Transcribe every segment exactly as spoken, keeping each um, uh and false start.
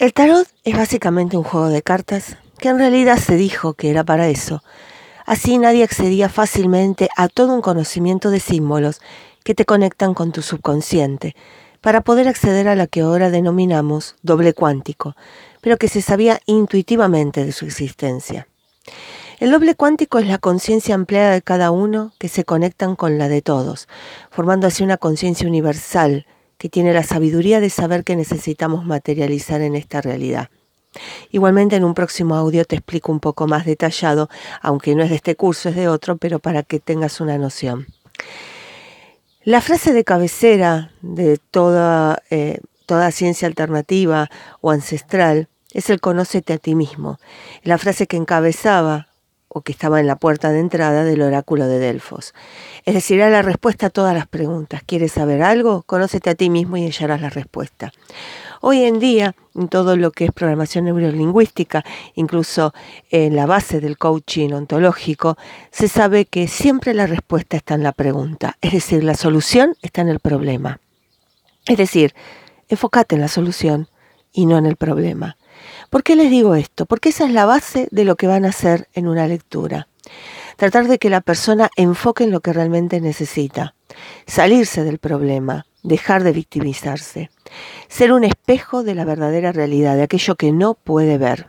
El tarot es básicamente un juego de cartas que en realidad se dijo que era para eso. Así nadie accedía fácilmente a todo un conocimiento de símbolos que te conectan con tu subconsciente, para poder acceder a la que ahora denominamos doble cuántico, pero que se sabía intuitivamente de su existencia. El doble cuántico es la conciencia ampliada de cada uno que se conectan con la de todos, formando así una conciencia universal que tiene la sabiduría de saber que necesitamos materializar en esta realidad. Igualmente en un próximo audio te explico un poco más detallado, aunque no es de este curso, es de otro, pero para que tengas una noción. La frase de cabecera de toda, eh, toda ciencia alternativa o ancestral es el conócete a ti mismo, la frase que encabezaba o que estaba en la puerta de entrada del oráculo de Delfos. Es decir, era la respuesta a todas las preguntas. ¿Quieres saber algo? Conócete a ti mismo y hallarás la respuesta. Hoy en día, en todo lo que es programación neurolingüística, incluso en la base del coaching ontológico, se sabe que siempre la respuesta está en la pregunta. Es decir, la solución está en el problema. Es decir, enfócate en la solución y no en el problema. ¿Por qué les digo esto? Porque esa es la base de lo que van a hacer en una lectura. Tratar de que la persona enfoque en lo que realmente necesita. Salirse del problema, dejar de victimizarse. Ser un espejo de la verdadera realidad, de aquello que no puede ver.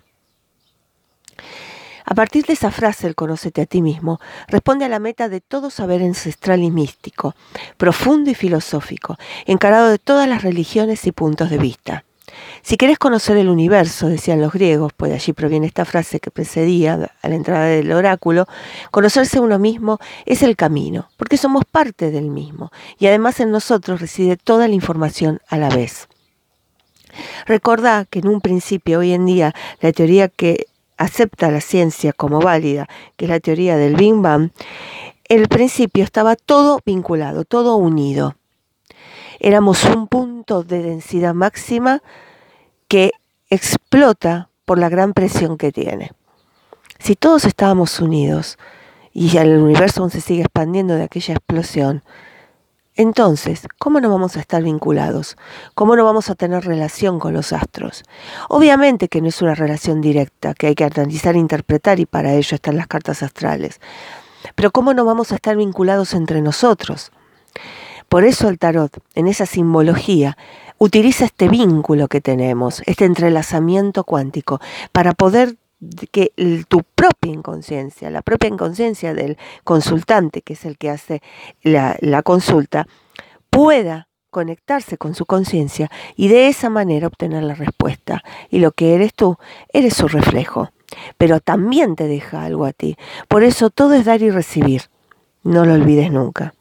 A partir de esa frase, el conócete a ti mismo, responde a la meta de todo saber ancestral y místico, profundo y filosófico, encarado de todas las religiones y puntos de vista. Si querés conocer el universo, decían los griegos, pues de allí proviene esta frase que precedía a la entrada del oráculo, conocerse a uno mismo es el camino, porque somos parte del mismo, y además en nosotros reside toda la información a la vez. Recordá que en un principio, hoy en día, la teoría que acepta la ciencia como válida, que es la teoría del Big Bang, el principio estaba todo vinculado, todo unido. Éramos un punto de densidad máxima que explota por la gran presión que tiene. Si todos estábamos unidos y el universo aún se sigue expandiendo de aquella explosión, entonces, ¿cómo no vamos a estar vinculados? ¿Cómo no vamos a tener relación con los astros? Obviamente que no es una relación directa, que hay que analizar e interpretar, y para ello están las cartas astrales. Pero ¿cómo no vamos a estar vinculados entre nosotros? Por eso el tarot, en esa simbología, utiliza este vínculo que tenemos, este entrelazamiento cuántico, para poder que tu propia inconsciencia, la propia inconsciencia del consultante, que es el que hace la, la consulta, pueda conectarse con su conciencia y de esa manera obtener la respuesta. Y lo que eres tú, eres su reflejo, pero también te deja algo a ti. Por eso todo es dar y recibir. No lo olvides nunca.